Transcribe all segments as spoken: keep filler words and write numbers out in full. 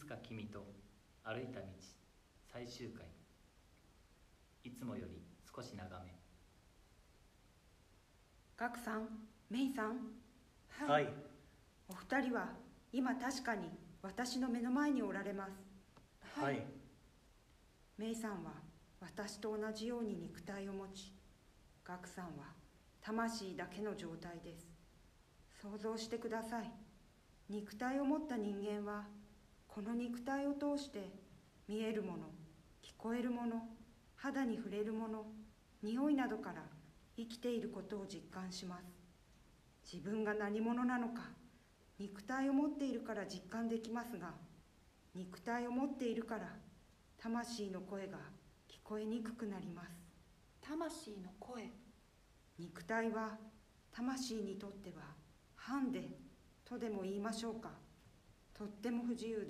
つか君と歩いた道最終回。いつもより少し長め。 ガクさん、メイさん。 はい。 お二人は今確かに私の目の前におられます。 はい。 メイさんは私と同じように肉体を持ち、ガクさんは魂だけの状態です。想像してください。肉体を持った人間はこの肉体を通して見えるもの、聞こえるもの、肌に触れるもの、匂いなどから生きていることを実感します。自分が何者なのか、肉体を持っているから実感できますが、肉体を持っているから魂の声が聞こえにくくなります。 魂の声。 肉体は魂にとってはハンデとでも言いましょうか。とっても不自由です。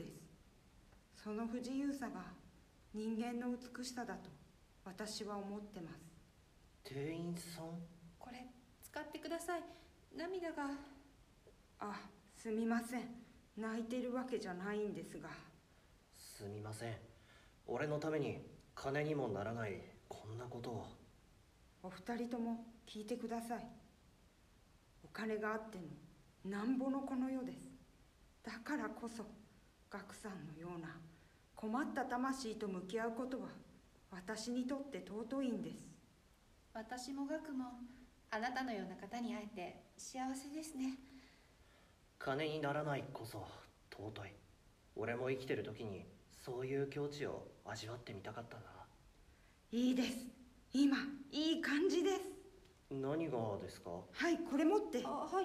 その不自由さが人間の美しさだと私は思ってます。 店員さん。 これ使ってください。涙が。 あ、すみません。泣いてるわけじゃないんですが。 すみません。俺のために金にもならないこんなことを。 お二人とも聞いてください。お金があってもなんぼのこの世です。だからこそガクさんのような困った魂と向き合うことは私にとって尊いんです。 私もガクもあなたのような方に会えて幸せですね。 金にならないこそ尊い。俺も生きてる時にそういう境地を味わってみたかったな。 いいです。今いい感じです。 何がですか？ はい、これ持って。 あ、はい。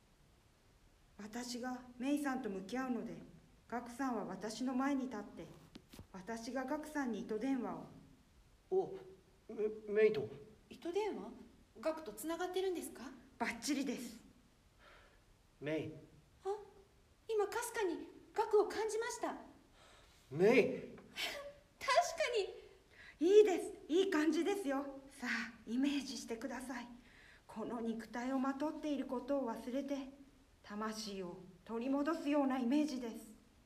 私がメイさんと向き合うので、ガクさんは私の前に立って、私がガクさんに糸電話を。 お、メ、メイと。 糸電話？ガクとつながってるんですか？ バッチリです。 メイ。 あ、今かすかにガクを感じました。 メイ確かに。いいです。いい感じですよ。さあ、イメージしてください。この肉体をまとっていることを忘れて、魂を取り戻すようなイメージです。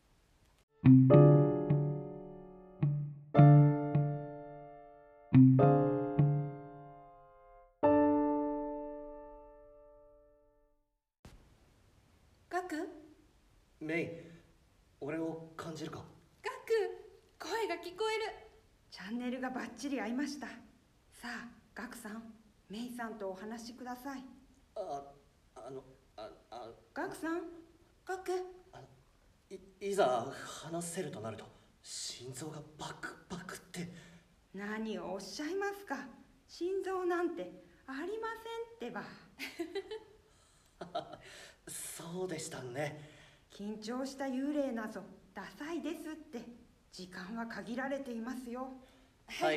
ガク？ メイ、俺を感じるか？ ガク、声が聞こえる。 チャンネルがバッチリ合いました。さあ、ガクさん、メイさんとお話しください。 あ、あの、あ、あ、 ガクさん。 ガク。 あの、い、いざ話せるとなると心臓がバクバクって。 何をおっしゃいますか。心臓なんてありませんってば。 そうでしたね。 緊張した幽霊なぞダサいですって。時間は限られていますよ。 はい。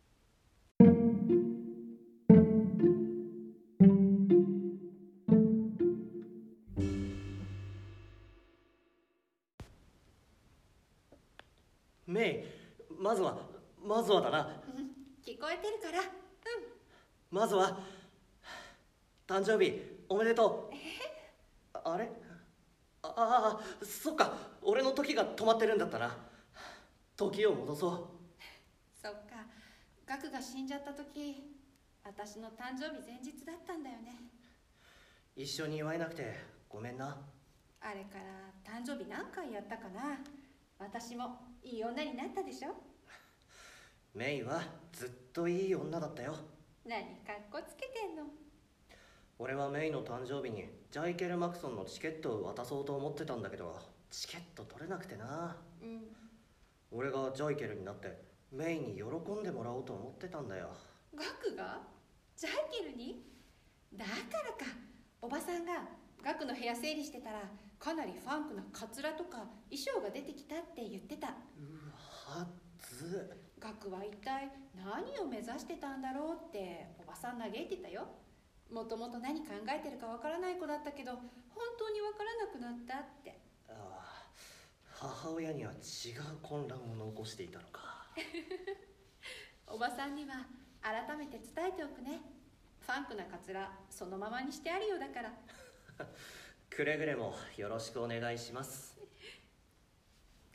メイ、まずはまずはだな。 聞こえてるから。うん。 まずは誕生日おめでとう。 え？ あれ？ああ、そっか。俺の時が止まってるんだったな。時を戻そう。 そっか。ガクが死んじゃった時、私の誕生日前日だったんだよね。 一緒に祝えなくてごめんな。 あれから誕生日何回やったかな。私もいい女になったでしょ。 メイはずっといい女だったよ。 何かっこつけてんの。 俺はメイの誕生日にジャイケル・マクソンのチケットを渡そうと思ってたんだけど、チケット取れなくてな。 うん。 俺がジャイケルになってメイに喜んでもらおうと思ってたんだよ。 ガクがジャイケルに？だからか。おばさんがガクの部屋整理してたら、かなりファンクなカツラとか衣装が出てきたって言ってた。 うはず。 ガクは一体何を目指してたんだろうっておばさん嘆いてたよ。もともと何考えてるかわからない子だったけど、本当にわからなくなったって。 ああ、母親には違う混乱を残していたのか。 おばさんには改めて伝えておくね。ファンクなカツラそのままにしてあるようだから。 くれぐれもよろしくお願いします。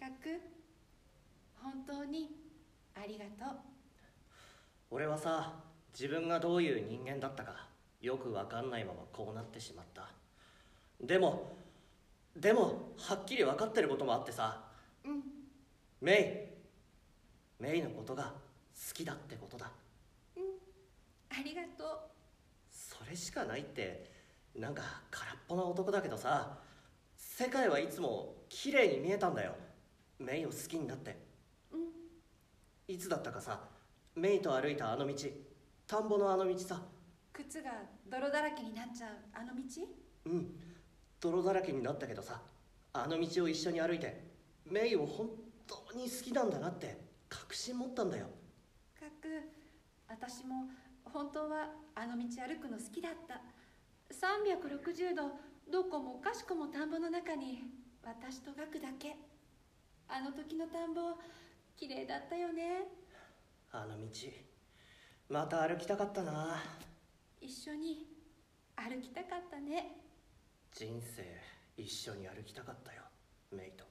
ガク、本当にありがとう。 俺はさ、自分がどういう人間だったかよくわかんないままこうなってしまった。でもでもはっきり分かってることもあってさ。 うん。 メイメイのことが好きだってことだ。 うん、ありがとう。 それしかないって、なんか空っぽな男だけどさ、世界はいつも綺麗に見えたんだよ、メイを好きになって。 うん。 いつだったかさ、メイと歩いたあの道、田んぼのあの道さ。 靴が泥だらけになっちゃうあの道。 うん、泥だらけになったけどさ、あの道を一緒に歩いてメイを本当に好きなんだなって確信持ったんだよ。 ガク、私も本当はあの道歩くの好きだった。さんびゃくろくじゅうどどこもかしこも田んぼの中に私とガクだけ。あの時の田んぼ綺麗だったよね。 あの道また歩きたかったな。 一緒に歩きたかったね。 人生一緒に歩きたかったよ、メイと。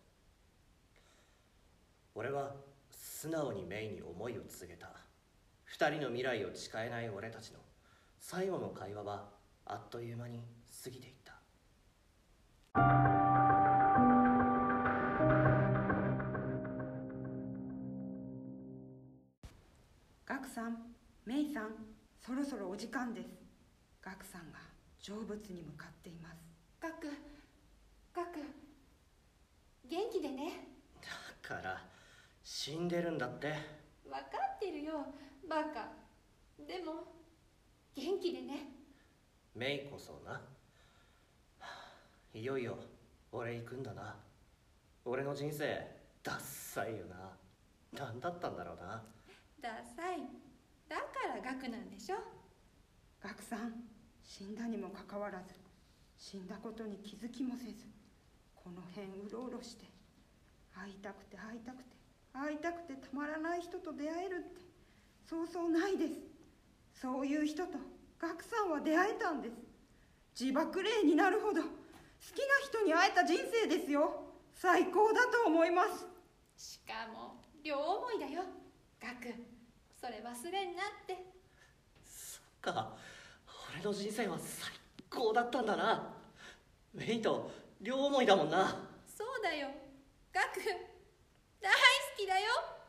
俺は素直にメイに思いを告げた。二人の未来を誓えない俺たちの最後の会話はあっという間に過ぎていった。 ガクさん、メイさん、そろそろお時間です。ガクさんが成仏に向かっています。 ガク、ガク、元気でね。 だから死んでるんだって。 分かってるよ、バカ。でも元気でね。 メイこそな。はあ、いよいよ俺行くんだな。俺の人生ダッサいよな。何だったんだろうな。 ダサい。だからガクなんでしょ。 ガクさん、死んだにもかかわらず死んだことに気づきもせず、この辺うろうろして、会いたくて会いたくて会いたくてたまらない人と出会えるってそうそうないです。そういう人とガクさんは出会えたんです。自爆霊になるほど好きな人に会えた人生ですよ。最高だと思います。 しかも両思いだよ、ガク。それ忘れんなって。 そっか、俺の人生は最高だったんだな。メイと両思いだもんな。 そうだよ、ガク。大好きだよ、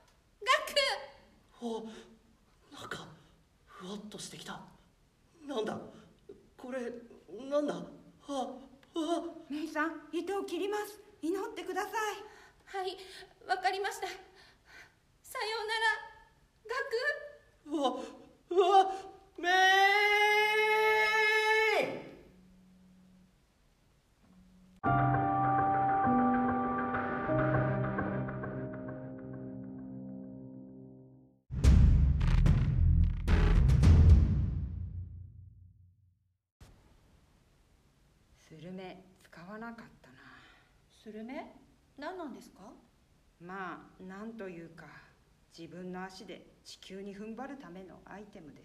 ガク。 お、なんかふわっとしてきた。なんだこれ、なんだ。ああ。 メイさん、糸を切ります。祈ってください。 はい、わかりました。さようなら、ガク。 うわうわ、メイ。 スルメ使わなかったな。 スルメ？何なんですか？ まあ、なんというか、自分の足で地球に踏ん張るためのアイテムです。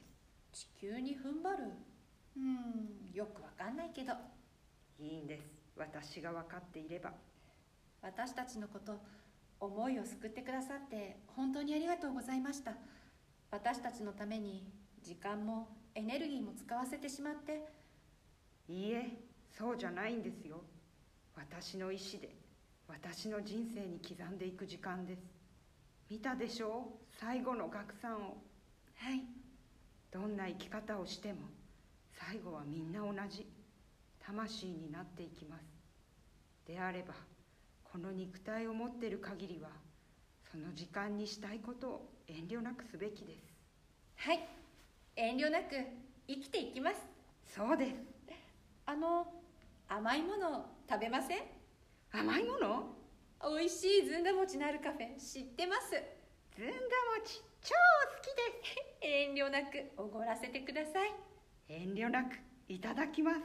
地球に踏ん張る？うーん、よくわかんないけど。 いいんです、私が分かっていれば。 私たちのこと、思いを救ってくださって本当にありがとうございました。私たちのために時間もエネルギーも使わせてしまって。 いいえ、そうじゃないんですよ。私の意志で私の人生に刻んでいく時間です。見たでしょう、最後のガクさんを。 はい。 どんな生き方をしても最後はみんな同じ魂になっていきます。であればこの肉体を持っている限りはその時間にしたいことを遠慮なくすべきです。 はい、遠慮なく生きていきます。 そうです。 あの、甘いもの食べません？ 甘いもの？ おいしいずんだ餅のあるカフェ知ってます。 ずんだ餅超好きです。 遠慮なくおごらせてください。 遠慮なくいただきます。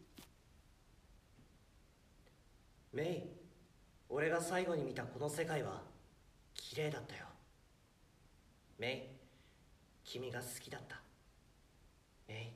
メイ、俺が最後に見たこの世界は綺麗だったよ。メイ、君が好きだった。メイ。